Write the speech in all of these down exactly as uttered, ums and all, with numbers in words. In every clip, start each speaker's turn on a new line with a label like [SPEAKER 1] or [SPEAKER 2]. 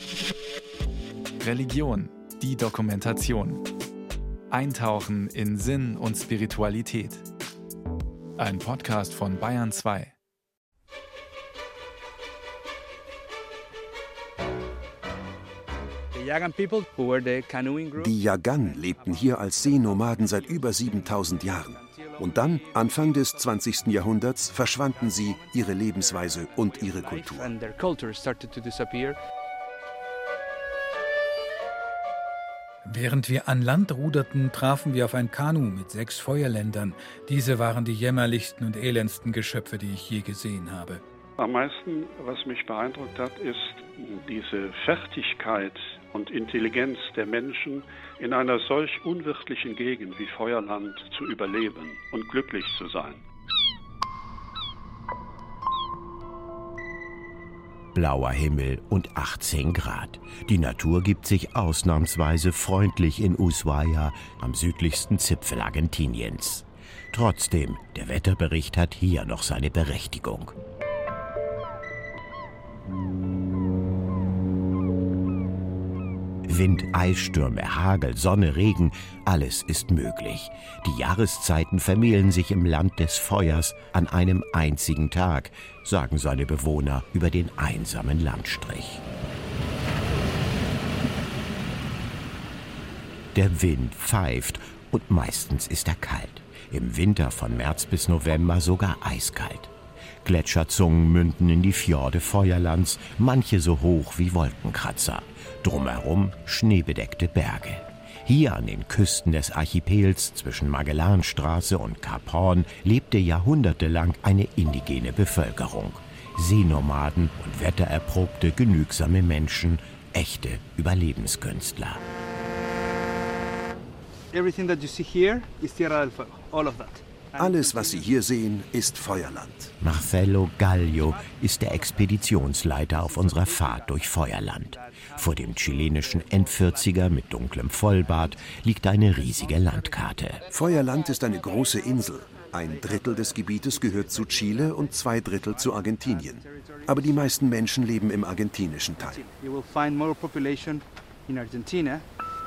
[SPEAKER 1] Religion, die Dokumentation. Eintauchen in Sinn und Spiritualität. Ein Podcast von Bayern zwei.
[SPEAKER 2] Die Yagan lebten hier als Seenomaden seit über siebentausend Jahren. Und dann, Anfang des zwanzigsten Jahrhunderts, verschwanden sie, ihre Lebensweise und ihre Kultur.
[SPEAKER 3] Während wir an Land ruderten, trafen wir auf ein Kanu mit sechs Feuerländern. Diese waren die jämmerlichsten und elendsten Geschöpfe, die ich je gesehen habe.
[SPEAKER 4] Am meisten, was mich beeindruckt hat, ist diese Fertigkeit und Intelligenz der Menschen, in einer solch unwirtlichen Gegend wie Feuerland zu überleben und glücklich zu sein.
[SPEAKER 5] Blauer Himmel und achtzehn Grad. Die Natur gibt sich ausnahmsweise freundlich in Ushuaia, am südlichsten Zipfel Argentiniens. Trotzdem, der Wetterbericht hat hier noch seine Berechtigung. Wind, Eisstürme, Hagel, Sonne, Regen, alles ist möglich. Die Jahreszeiten vermählen sich im Land des Feuers an einem einzigen Tag, sagen seine Bewohner über den einsamen Landstrich. Der Wind pfeift und meistens ist er kalt. Im Winter von März bis November sogar eiskalt. Gletscherzungen münden in die Fjorde Feuerlands, manche so hoch wie Wolkenkratzer. Drumherum schneebedeckte Berge. Hier an den Küsten des Archipels zwischen Magellanstraße und Kap Horn lebte jahrhundertelang eine indigene Bevölkerung. Seenomaden und wettererprobte, genügsame Menschen, echte Überlebenskünstler.
[SPEAKER 6] Everything that you see here is Tierra del Fuego, all of that.
[SPEAKER 2] Alles, was Sie hier sehen, ist Feuerland.
[SPEAKER 5] Marcelo Gallio ist der Expeditionsleiter auf unserer Fahrt durch Feuerland. Vor dem chilenischen Endvierziger mit dunklem Vollbart liegt eine riesige Landkarte.
[SPEAKER 2] Feuerland ist eine große Insel. Ein Drittel des Gebietes gehört zu Chile und zwei Drittel zu Argentinien. Aber die meisten Menschen leben im argentinischen Teil.
[SPEAKER 6] You will find more population in Argentina.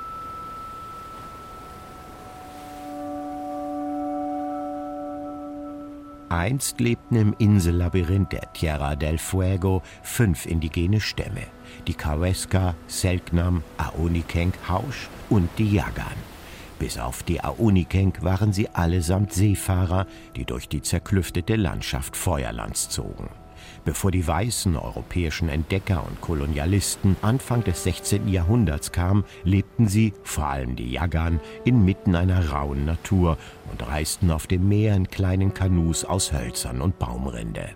[SPEAKER 5] Einst lebten im Insellabyrinth der Tierra del Fuego fünf indigene Stämme: die Kawesca, Selknam, Aonikenk, Hausch und die Yagan. Bis auf die Aonikenk waren sie allesamt Seefahrer, die durch die zerklüftete Landschaft Feuerlands zogen. Bevor die weißen europäischen Entdecker und Kolonialisten Anfang des sechzehnten Jahrhunderts kamen, lebten sie, vor allem die Yagan, inmitten einer rauen Natur und reisten auf dem Meer in kleinen Kanus aus Hölzern und Baumrinde.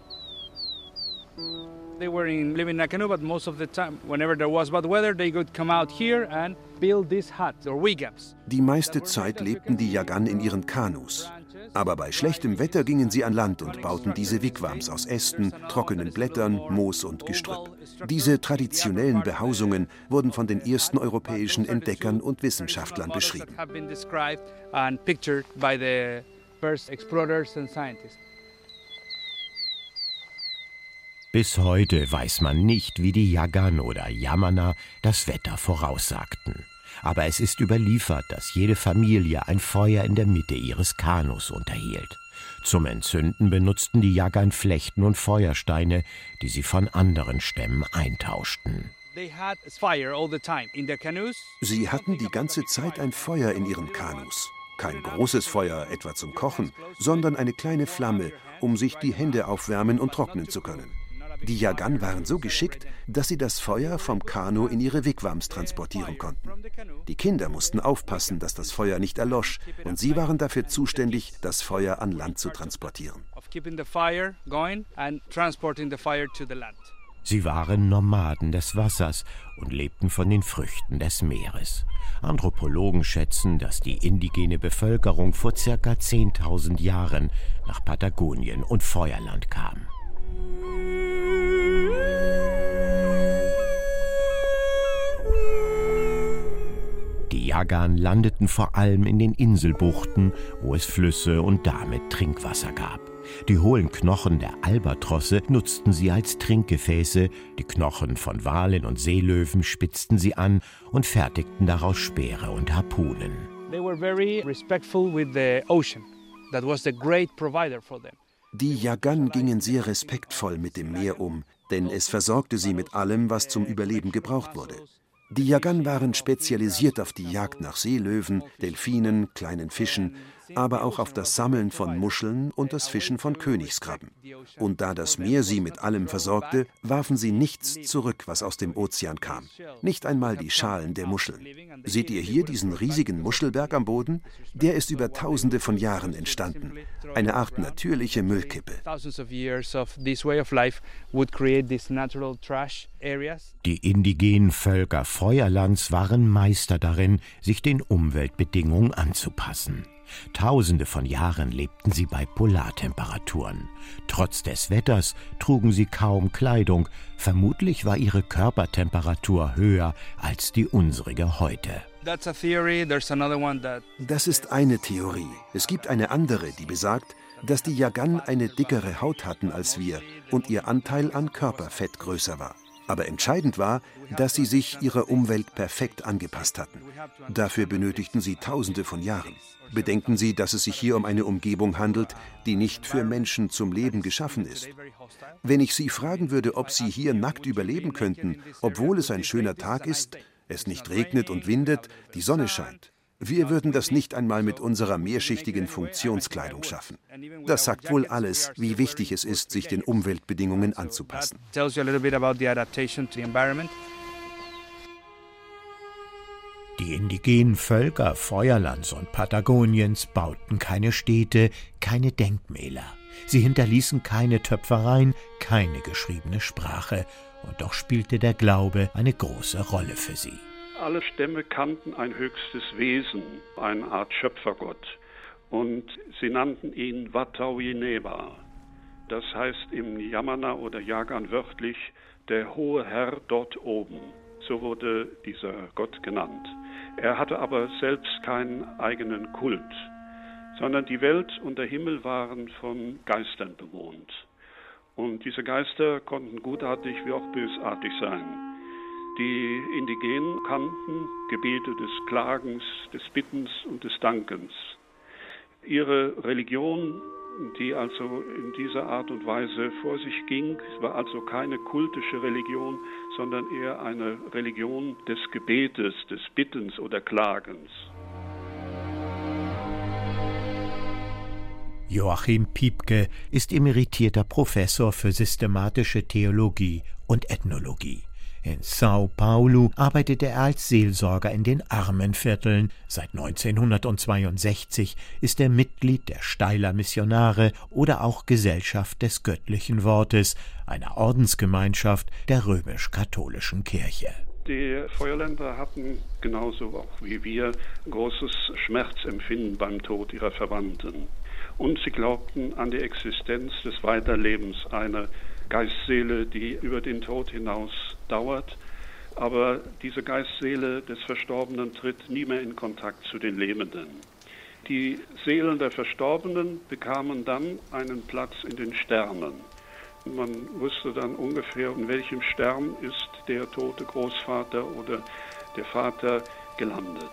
[SPEAKER 6] They were in, living in a canoe, but most of the time, whenever there was bad weather, they would come out here and build these huts or wigwams.
[SPEAKER 2] Die meiste Zeit lebten die Yagan in ihren Kanus. Aber bei schlechtem Wetter gingen sie an Land und bauten diese Wigwams aus Ästen, trockenen Blättern, Moos und Gestrüpp. Diese traditionellen Behausungen wurden von den ersten europäischen Entdeckern und Wissenschaftlern beschrieben.
[SPEAKER 5] Bis heute weiß man nicht, wie die Yagan oder Yamana das Wetter voraussagten. Aber es ist überliefert, dass jede Familie ein Feuer in der Mitte ihres Kanus unterhielt. Zum Entzünden benutzten die Yagan Flechten und Feuersteine, die sie von anderen Stämmen eintauschten.
[SPEAKER 2] Sie hatten die ganze Zeit ein Feuer in ihren Kanus. Kein großes Feuer, etwa zum Kochen, sondern eine kleine Flamme, um sich die Hände aufwärmen und trocknen zu können. Die Yagan waren so geschickt, dass sie das Feuer vom Kanu in ihre Wigwams transportieren konnten. Die Kinder mussten aufpassen, dass das Feuer nicht erlosch, und sie waren dafür zuständig, das Feuer an Land zu transportieren.
[SPEAKER 5] Sie waren Nomaden des Wassers und lebten von den Früchten des Meeres. Anthropologen schätzen, dass die indigene Bevölkerung vor circa zehntausend Jahren nach Patagonien und Feuerland kam. Die Yagan landeten vor allem in den Inselbuchten, wo es Flüsse und damit Trinkwasser gab. Die hohlen Knochen der Albatrosse nutzten sie als Trinkgefäße, die Knochen von Walen und Seelöwen spitzten sie an und fertigten daraus Speere und Harpunen.
[SPEAKER 6] They were very respectful with the ocean. That was the great provider for them.
[SPEAKER 2] Die Yaghan gingen sehr respektvoll mit dem Meer um, denn es versorgte sie mit allem, was zum Überleben gebraucht wurde. Die Yaghan waren spezialisiert auf die Jagd nach Seelöwen, Delfinen, kleinen Fischen, aber auch auf das Sammeln von Muscheln und das Fischen von Königskrabben. Und da das Meer sie mit allem versorgte, warfen sie nichts zurück, was aus dem Ozean kam. Nicht einmal die Schalen der Muscheln. Seht ihr hier diesen riesigen Muschelberg am Boden? Der ist über Tausende von Jahren entstanden. Eine Art natürliche Müllkippe.
[SPEAKER 5] Die indigenen Völker Feuerlands waren Meister darin, sich den Umweltbedingungen anzupassen. Tausende von Jahren lebten sie bei Polartemperaturen. Trotz des Wetters trugen sie kaum Kleidung. Vermutlich war ihre Körpertemperatur höher als die unsrige heute.
[SPEAKER 2] Das ist eine Theorie. Es gibt eine andere, die besagt, dass die Yaghan eine dickere Haut hatten als wir und ihr Anteil an Körperfett größer war. Aber entscheidend war, dass sie sich ihrer Umwelt perfekt angepasst hatten. Dafür benötigten sie Tausende von Jahren. Bedenken Sie, dass es sich hier um eine Umgebung handelt, die nicht für Menschen zum Leben geschaffen ist. Wenn ich Sie fragen würde, ob Sie hier nackt überleben könnten, obwohl es ein schöner Tag ist, es nicht regnet und windet, die Sonne scheint. Wir würden das nicht einmal mit unserer mehrschichtigen Funktionskleidung schaffen. Das sagt wohl alles, wie wichtig es ist, sich den Umweltbedingungen anzupassen.
[SPEAKER 5] Die indigenen Völker Feuerlands und Patagoniens bauten keine Städte, keine Denkmäler. Sie hinterließen keine Töpfereien, keine geschriebene Sprache. Und doch spielte der Glaube eine große Rolle für sie.
[SPEAKER 4] Alle Stämme kannten ein höchstes Wesen, eine Art Schöpfergott. Und sie nannten ihn Watauineba. Das heißt im Yamana oder Yaghan wörtlich der hohe Herr dort oben. So wurde dieser Gott genannt. Er hatte aber selbst keinen eigenen Kult, sondern die Welt und der Himmel waren von Geistern bewohnt. Und diese Geister konnten gutartig wie auch bösartig sein. Die Indigenen kannten Gebete des Klagens, des Bittens und des Dankens. Ihre Religion, die also in dieser Art und Weise vor sich ging, war also keine kultische Religion, sondern eher eine Religion des Gebetes, des Bittens oder Klagens.
[SPEAKER 5] Joachim Piepke ist emeritierter Professor für systematische Theologie und Ethnologie. In São Paulo arbeitete er als Seelsorger in den Armenvierteln. Seit neunzehnhundertzweiundsechzig ist er Mitglied der Steyler Missionare oder auch Gesellschaft des Göttlichen Wortes, einer Ordensgemeinschaft der römisch-katholischen Kirche.
[SPEAKER 4] Die Feuerländer hatten genauso auch wie wir großes Schmerzempfinden beim Tod ihrer Verwandten. Und sie glaubten an die Existenz des Weiterlebens einer Geistseele, die über den Tod hinaus dauert. Aber diese Geistseele des Verstorbenen tritt nie mehr in Kontakt zu den Lebenden. Die Seelen der Verstorbenen bekamen dann einen Platz in den Sternen. Man wusste dann ungefähr, in welchem Stern ist der tote Großvater oder der Vater gelandet.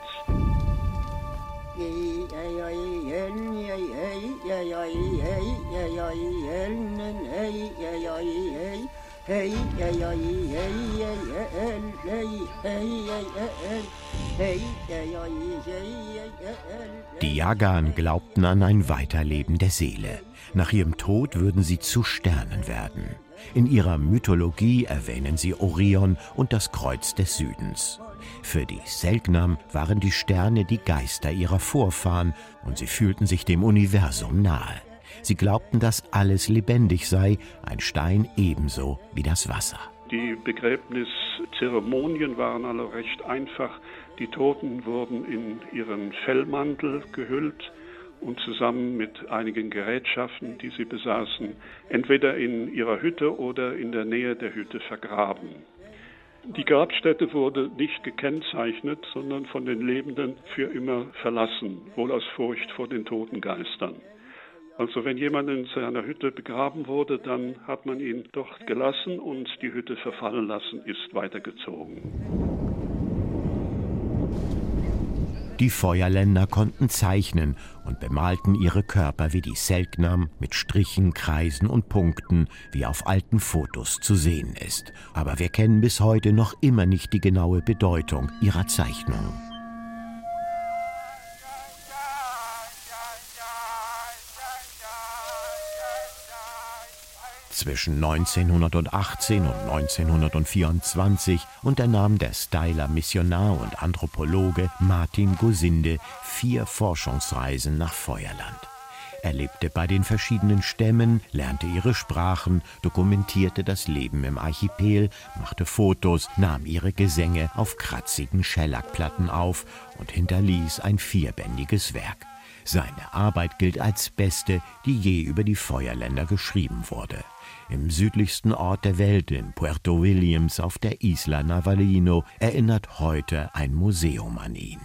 [SPEAKER 5] Die Yaghan glaubten an ein Weiterleben der Seele. Nach ihrem Tod würden sie zu Sternen werden. In ihrer Mythologie erwähnen sie Orion und das Kreuz des Südens. Für die Selknam waren die Sterne die Geister ihrer Vorfahren und sie fühlten sich dem Universum nahe. Sie glaubten, dass alles lebendig sei, ein Stein ebenso wie das Wasser.
[SPEAKER 4] Die Begräbniszeremonien waren alle recht einfach. Die Toten wurden in ihren Fellmantel gehüllt und zusammen mit einigen Gerätschaften, die sie besaßen, entweder in ihrer Hütte oder in der Nähe der Hütte vergraben. Die Grabstätte wurde nicht gekennzeichnet, sondern von den Lebenden für immer verlassen, wohl aus Furcht vor den toten Geistern. Also wenn jemand in seiner Hütte begraben wurde, dann hat man ihn dort gelassen und die Hütte verfallen lassen, ist weitergezogen.
[SPEAKER 5] Die Feuerländer konnten zeichnen und bemalten ihre Körper wie die Selknam mit Strichen, Kreisen und Punkten, wie auf alten Fotos zu sehen ist. Aber wir kennen bis heute noch immer nicht die genaue Bedeutung ihrer Zeichnungen. Zwischen neunzehnhundertachtzehn und neunzehnhundertvierundzwanzig unternahm der Styler Missionar und Anthropologe Martin Gosinde vier Forschungsreisen nach Feuerland. Er lebte bei den verschiedenen Stämmen, lernte ihre Sprachen, dokumentierte das Leben im Archipel, machte Fotos, nahm ihre Gesänge auf kratzigen Schellackplatten auf und hinterließ ein vierbändiges Werk. Seine Arbeit gilt als beste, die je über die Feuerländer geschrieben wurde. Im südlichsten Ort der Welt, in Puerto Williams auf der Isla Navarino, erinnert heute ein Museum an ihn.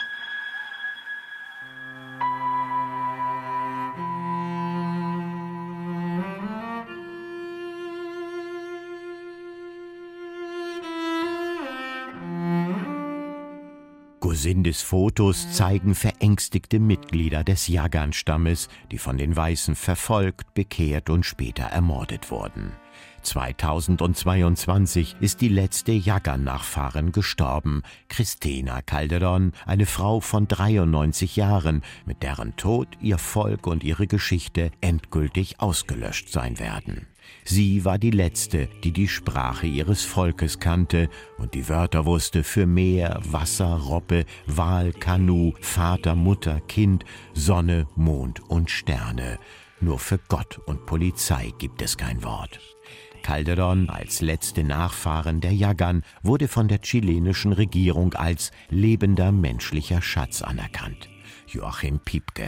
[SPEAKER 5] Gosindes Fotos zeigen verängstigte Mitglieder des Yagan-Stammes, die von den Weißen verfolgt, bekehrt und später ermordet wurden. zweitausendzweiundzwanzig ist die letzte Yagan-Nachfahrin gestorben, Cristina Calderón, eine Frau von dreiundneunzig Jahren, mit deren Tod ihr Volk und ihre Geschichte endgültig ausgelöscht sein werden. Sie war die Letzte, die die Sprache ihres Volkes kannte und die Wörter wusste für Meer, Wasser, Robbe, Wal, Kanu, Vater, Mutter, Kind, Sonne, Mond und Sterne. Nur für Gott und Polizei gibt es kein Wort. Calderón, als letzte Nachfahren der Yagan, wurde von der chilenischen Regierung als lebender menschlicher Schatz anerkannt. Joachim Piepke.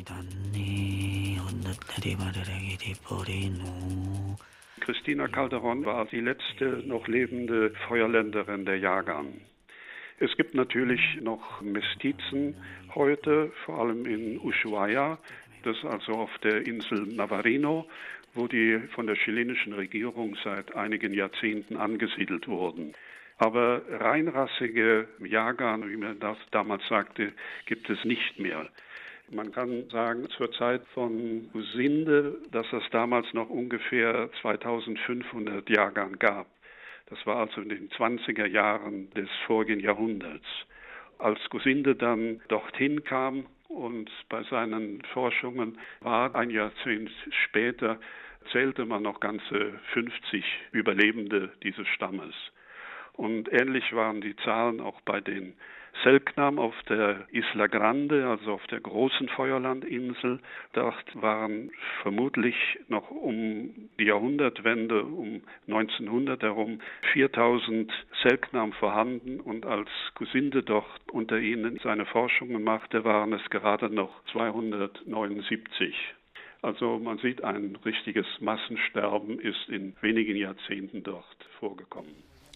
[SPEAKER 4] Cristina Calderón war die letzte noch lebende Feuerländerin der Yagan. Es gibt natürlich noch Mestizen heute, vor allem in Ushuaia, das ist also auf der Insel Navarino, wo die von der chilenischen Regierung seit einigen Jahrzehnten angesiedelt wurden. Aber reinrassige Yagan, wie man das damals sagte, gibt es nicht mehr. Man kann sagen, zur Zeit von Gosinde, dass es damals noch ungefähr zweitausendfünfhundert Yagan gab. Das war also in den zwanziger Jahren des vorigen Jahrhunderts. Als Gosinde dann dorthin kam und bei seinen Forschungen war, ein Jahrzehnt später, zählte man noch ganze fünfzig Überlebende dieses Stammes. Und ähnlich waren die Zahlen auch bei den Selknam auf der Isla Grande, also auf der großen Feuerlandinsel. Dort waren vermutlich noch um die Jahrhundertwende, um neunzehnhundert herum, viertausend Selknam vorhanden. Und als Gosinde dort unter ihnen seine Forschungen machte, waren es gerade noch zweihundertneunundsiebzig. Also man sieht, ein richtiges Massensterben ist in wenigen Jahrzehnten dort vorgekommen.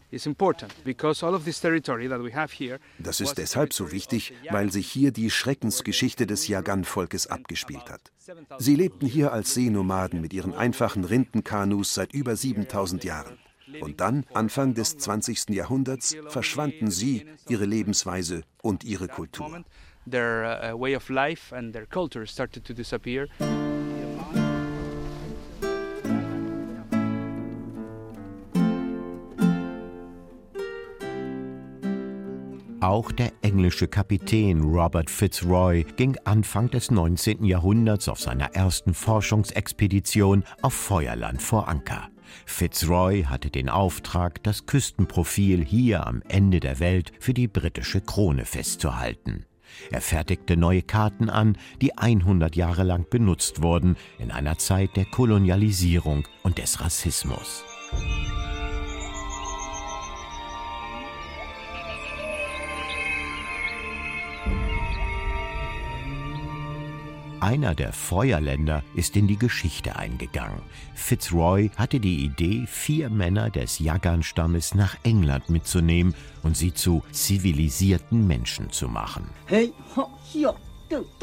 [SPEAKER 2] Das ist deshalb so wichtig, weil sich hier die Schreckensgeschichte des Yagan-Volkes abgespielt hat. Sie lebten hier als Seenomaden mit ihren einfachen Rindenkanus seit über siebentausend Jahren. Und dann, Anfang des zwanzigsten Jahrhunderts, verschwanden sie, ihre Lebensweise und ihre Kultur.
[SPEAKER 5] Auch der englische Kapitän Robert Fitzroy ging Anfang des neunzehnten Jahrhunderts auf seiner ersten Forschungsexpedition auf Feuerland vor Anker. Fitzroy hatte den Auftrag, das Küstenprofil hier am Ende der Welt für die britische Krone festzuhalten. Er fertigte neue Karten an, die hundert Jahre lang benutzt wurden, in einer Zeit der Kolonialisierung und des Rassismus. Einer der Feuerländer ist in die Geschichte eingegangen. Fitzroy hatte die Idee, vier Männer des Yagan-Stammes nach England mitzunehmen und sie zu zivilisierten Menschen zu machen.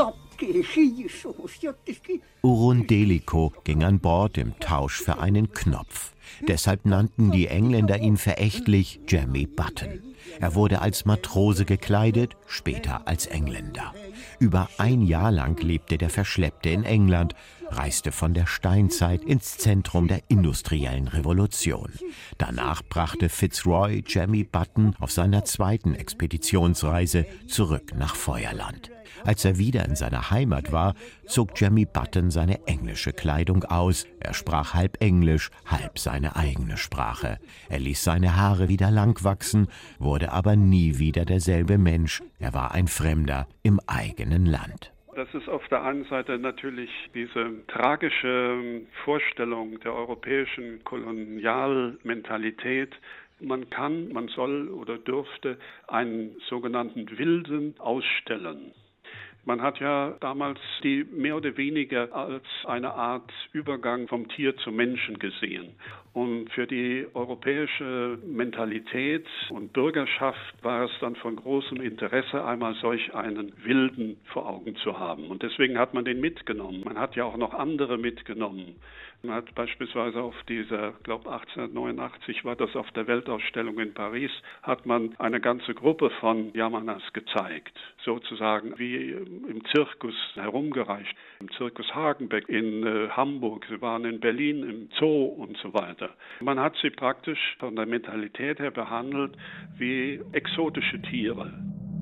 [SPEAKER 5] Urundelico ging an Bord im Tausch für einen Knopf. Deshalb nannten die Engländer ihn verächtlich Jemmy Button. Er wurde als Matrose gekleidet, später als Engländer. Über ein Jahr lang lebte der Verschleppte in England, reiste von der Steinzeit ins Zentrum der industriellen Revolution. Danach brachte Fitzroy Jemmy Button auf seiner zweiten Expeditionsreise zurück nach Feuerland. Als er wieder in seiner Heimat war, zog Jemmy Button seine englische Kleidung aus. Er sprach halb Englisch, halb seine eigene Sprache. Er ließ seine Haare wieder lang wachsen, wurde aber nie wieder derselbe Mensch. Er war ein Fremder im eigenen Land.
[SPEAKER 4] Das ist auf der einen Seite natürlich diese tragische Vorstellung der europäischen Kolonialmentalität. Man kann, man soll oder dürfte einen sogenannten Wilden ausstellen. Man hat ja damals die mehr oder weniger als eine Art Übergang vom Tier zum Menschen gesehen. Und für die europäische Mentalität und Bürgerschaft war es dann von großem Interesse, einmal solch einen Wilden vor Augen zu haben. Und deswegen hat man den mitgenommen. Man hat ja auch noch andere mitgenommen. Man hat beispielsweise auf dieser, ich glaube achtzehnhundertneunundachtzig war das auf der Weltausstellung in Paris, hat man eine ganze Gruppe von Yamanas gezeigt. Sozusagen wie im Zirkus herumgereicht. Im Zirkus Hagenbeck, in äh, Hamburg, sie waren in Berlin im Zoo und so weiter. Man hat sie praktisch von der Mentalität her behandelt wie exotische Tiere.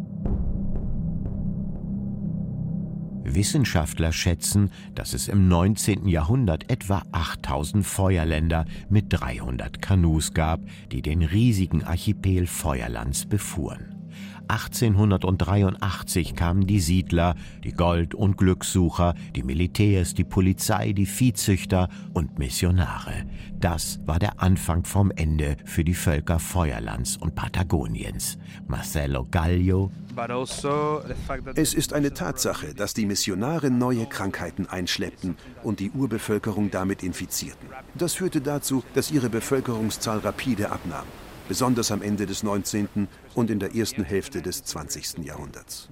[SPEAKER 5] Wissenschaftler schätzen, dass es im neunzehnten Jahrhundert etwa achttausend Feuerländer mit dreihundert Kanus gab, die den riesigen Archipel Feuerlands befuhren. achtzehnhundertdreiundachtzig kamen die Siedler, die Gold- und Glückssucher, die Militärs, die Polizei, die Viehzüchter und Missionare. Das war der Anfang vom Ende für die Völker Feuerlands und Patagoniens. Marcelo Gallio:
[SPEAKER 2] Es ist eine Tatsache, dass die Missionare neue Krankheiten einschleppten und die Urbevölkerung damit infizierten. Das führte dazu, dass ihre Bevölkerungszahl rapide abnahm, besonders am Ende des neunzehnten und in der ersten Hälfte des zwanzigsten Jahrhunderts.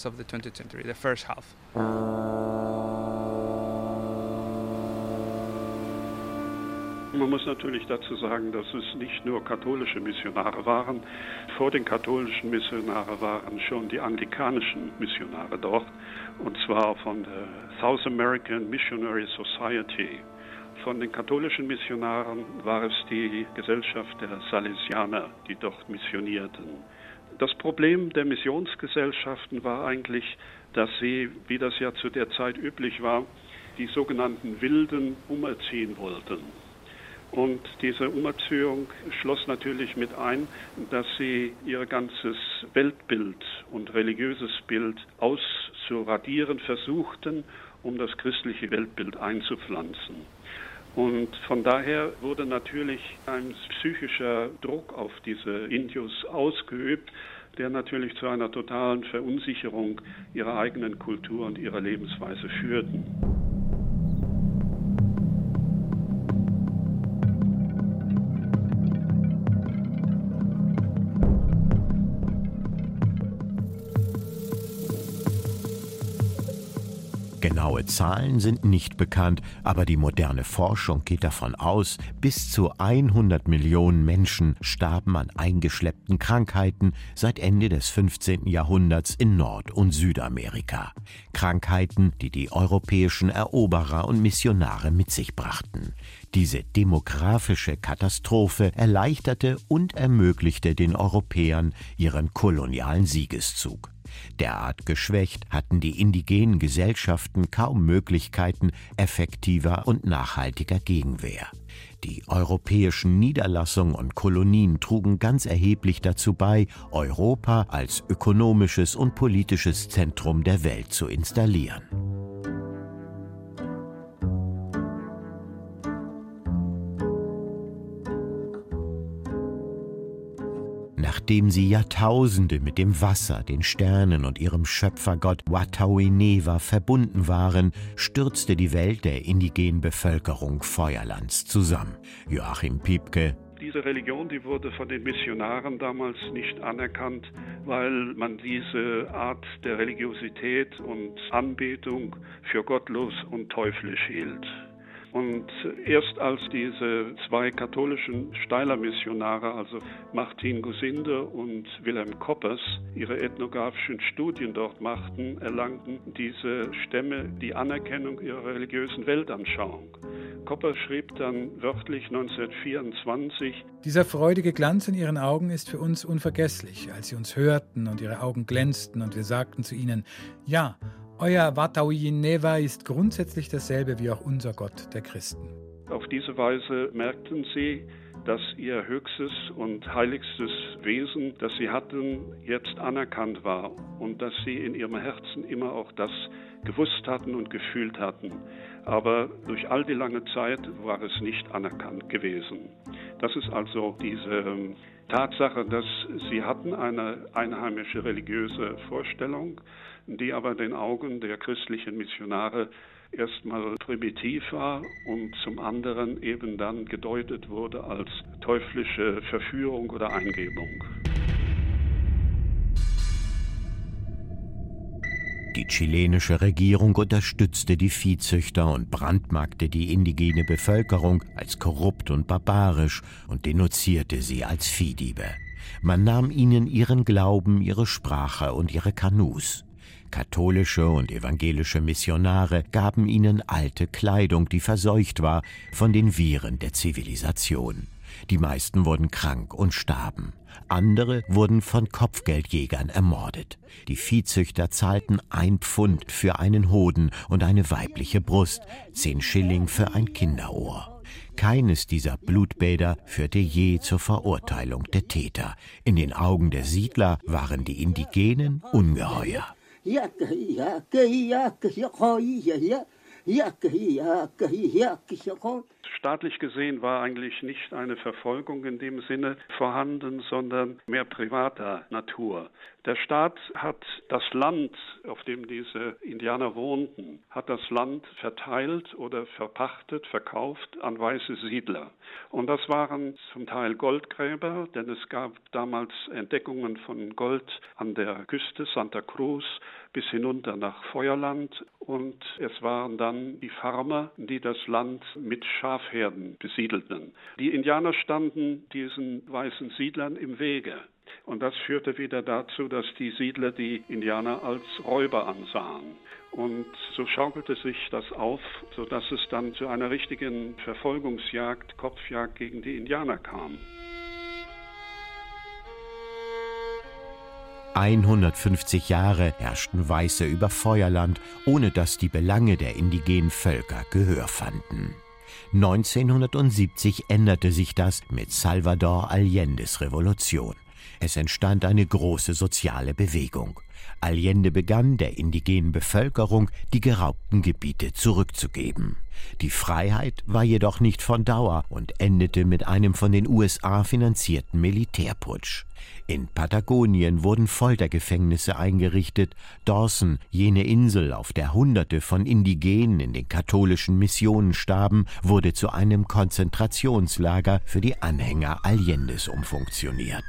[SPEAKER 4] Man muss natürlich dazu sagen, dass es nicht nur katholische Missionare waren. Vor den katholischen Missionaren waren schon die anglikanischen Missionare dort, und zwar von der South American Missionary Society. Von den katholischen Missionaren war es die Gesellschaft der Salesianer, die dort missionierten. Das Problem der Missionsgesellschaften war eigentlich, dass sie, wie das ja zu der Zeit üblich war, die sogenannten Wilden umerziehen wollten. Und diese Umerziehung schloss natürlich mit ein, dass sie ihr ganzes Weltbild und religiöses Bild auszuradieren versuchten, um das christliche Weltbild einzupflanzen. Und von daher wurde natürlich ein psychischer Druck auf diese Indios ausgeübt, der natürlich zu einer totalen Verunsicherung ihrer eigenen Kultur und ihrer Lebensweise führten.
[SPEAKER 5] Genaue Zahlen sind nicht bekannt, aber die moderne Forschung geht davon aus, bis zu hundert Millionen Menschen starben an eingeschleppten Krankheiten seit Ende des fünfzehnten Jahrhunderts in Nord- und Südamerika. Krankheiten, die die europäischen Eroberer und Missionare mit sich brachten. Diese demografische Katastrophe erleichterte und ermöglichte den Europäern ihren kolonialen Siegeszug. Derart geschwächt hatten die indigenen Gesellschaften kaum Möglichkeiten effektiver und nachhaltiger Gegenwehr. Die europäischen Niederlassungen und Kolonien trugen ganz erheblich dazu bei, Europa als ökonomisches und politisches Zentrum der Welt zu installieren. Nachdem sie Jahrtausende mit dem Wasser, den Sternen und ihrem Schöpfergott Watawinewa verbunden waren, stürzte die Welt der indigenen Bevölkerung Feuerlands zusammen. Joachim Piepke:
[SPEAKER 4] Diese Religion, die wurde von den Missionaren damals nicht anerkannt, weil man diese Art der Religiosität und Anbetung für gottlos und teuflisch hielt. Und erst als diese zwei katholischen Steyler Missionare, also Martin Gosinde und Wilhelm Koppers, ihre ethnografischen Studien dort machten, erlangten diese Stämme die Anerkennung ihrer religiösen Weltanschauung. Koppers schrieb dann wörtlich neunzehnhundertvierundzwanzig:
[SPEAKER 3] Dieser freudige Glanz in ihren Augen ist für uns unvergesslich, als sie uns hörten und ihre Augen glänzten und wir sagten zu ihnen: Ja, euer Watauieneva ist grundsätzlich dasselbe wie auch unser Gott, der Christen.
[SPEAKER 4] Auf diese Weise merkten sie, dass ihr höchstes und heiligstes Wesen, das sie hatten, jetzt anerkannt war und dass sie in ihrem Herzen immer auch das gewusst hatten und gefühlt hatten. Aber durch all die lange Zeit war es nicht anerkannt gewesen. Das ist also diese Tatsache, dass sie hatten eine einheimische religiöse Vorstellung, die aber den Augen der christlichen Missionare erstmal primitiv war und zum anderen eben dann gedeutet wurde als teuflische Verführung oder Eingebung.
[SPEAKER 5] Die chilenische Regierung unterstützte die Viehzüchter und brandmarkte die indigene Bevölkerung als korrupt und barbarisch und denunzierte sie als Viehdiebe. Man nahm ihnen ihren Glauben, ihre Sprache und ihre Kanus. Katholische und evangelische Missionare gaben ihnen alte Kleidung, die verseucht war von den Viren der Zivilisation. Die meisten wurden krank und starben. Andere wurden von Kopfgeldjägern ermordet. Die Viehzüchter zahlten ein Pfund für einen Hoden und eine weibliche Brust, zehn Schilling für ein Kinderohr. Keines dieser Blutbäder führte je zur Verurteilung der Täter. In den Augen der Siedler waren die Indigenen Ungeheuer.
[SPEAKER 4] Staatlich gesehen war eigentlich nicht eine Verfolgung in dem Sinne vorhanden, sondern mehr privater Natur. Der Staat hat das Land, auf dem diese Indianer wohnten, hat das Land verteilt oder verpachtet, verkauft an weiße Siedler. Und das waren zum Teil Goldgräber, denn es gab damals Entdeckungen von Gold an der Küste Santa Cruz bis hinunter nach Feuerland. Und es waren dann die Farmer, die das Land mit Schafherden besiedelten. Die Indianer standen diesen weißen Siedlern im Wege. Und das führte wieder dazu, dass die Siedler die Indianer als Räuber ansahen. Und so schaukelte sich das auf, sodass es dann zu einer richtigen Verfolgungsjagd, Kopfjagd gegen die Indianer kam.
[SPEAKER 5] hundertfünfzig Jahre herrschten Weiße über Feuerland, ohne dass die Belange der indigenen Völker Gehör fanden. neunzehnhundertsiebzig änderte sich das mit Salvador Allendes Revolution. Es entstand eine große soziale Bewegung. Allende begann, der indigenen Bevölkerung die geraubten Gebiete zurückzugeben. Die Freiheit war jedoch nicht von Dauer und endete mit einem von den U S A finanzierten Militärputsch. In Patagonien wurden Foltergefängnisse eingerichtet. Dawson, jene Insel, auf der Hunderte von Indigenen in den katholischen Missionen starben, wurde zu einem Konzentrationslager für die Anhänger Allendes umfunktioniert.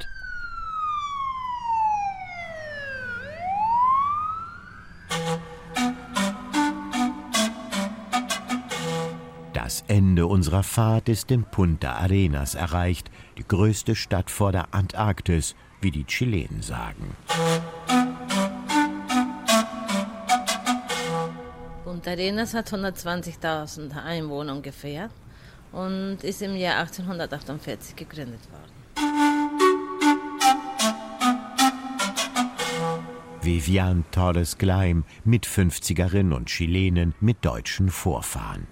[SPEAKER 5] Das Ende unserer Fahrt ist in Punta Arenas erreicht, die größte Stadt vor der Antarktis, wie die Chilenen sagen.
[SPEAKER 7] Punta Arenas hat hundertzwanzigtausend Einwohner ungefähr und ist im Jahr achtzehnhundertachtundvierzig gegründet worden.
[SPEAKER 5] Viviane Torres Gleim, Mitfünfzigerin und Chilenin mit deutschen Vorfahren.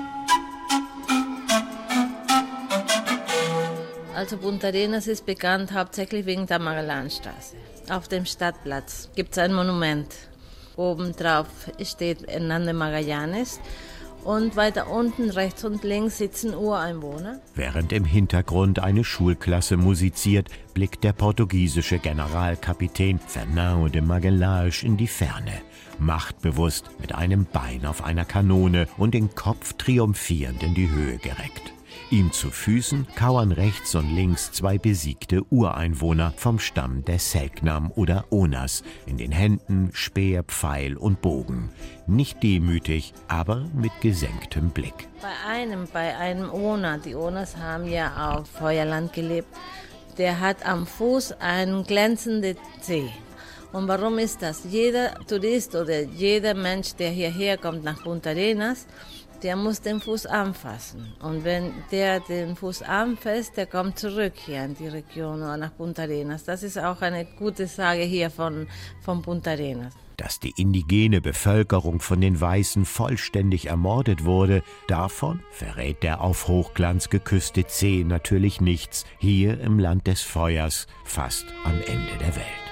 [SPEAKER 7] Also Punta Arenas ist bekannt hauptsächlich wegen der Magellanstraße. Auf dem Stadtplatz gibt es ein Monument. Oben drauf steht Hernán de Magallanes und weiter unten rechts und links sitzen Ureinwohner.
[SPEAKER 5] Während im Hintergrund eine Schulklasse musiziert, blickt der portugiesische Generalkapitän Fernão de Magalhães in die Ferne. Machtbewusst mit einem Bein auf einer Kanone und den Kopf triumphierend in die Höhe gereckt. Ihm zu Füßen kauern rechts und links zwei besiegte Ureinwohner vom Stamm der Selknam oder Onas, in den Händen Speer, Pfeil und Bogen. Nicht demütig, aber mit gesenktem Blick.
[SPEAKER 7] Bei einem, bei einem Ona, die Onas haben ja auf Feuerland gelebt, der hat am Fuß einen glänzenden Zeh. Und warum ist das? Jeder Tourist oder jeder Mensch, der hierher kommt nach Punta Arenas, der muss den Fuß anfassen. Und wenn der den Fuß anfasst, der kommt zurück hier in die Region oder nach Punta Arenas. Das ist auch eine gute Sage hier von, von Punta Arenas.
[SPEAKER 5] Dass die indigene Bevölkerung von den Weißen vollständig ermordet wurde, davon verrät der auf Hochglanz geküsste Zeh natürlich nichts, hier im Land des Feuers, fast am Ende der Welt.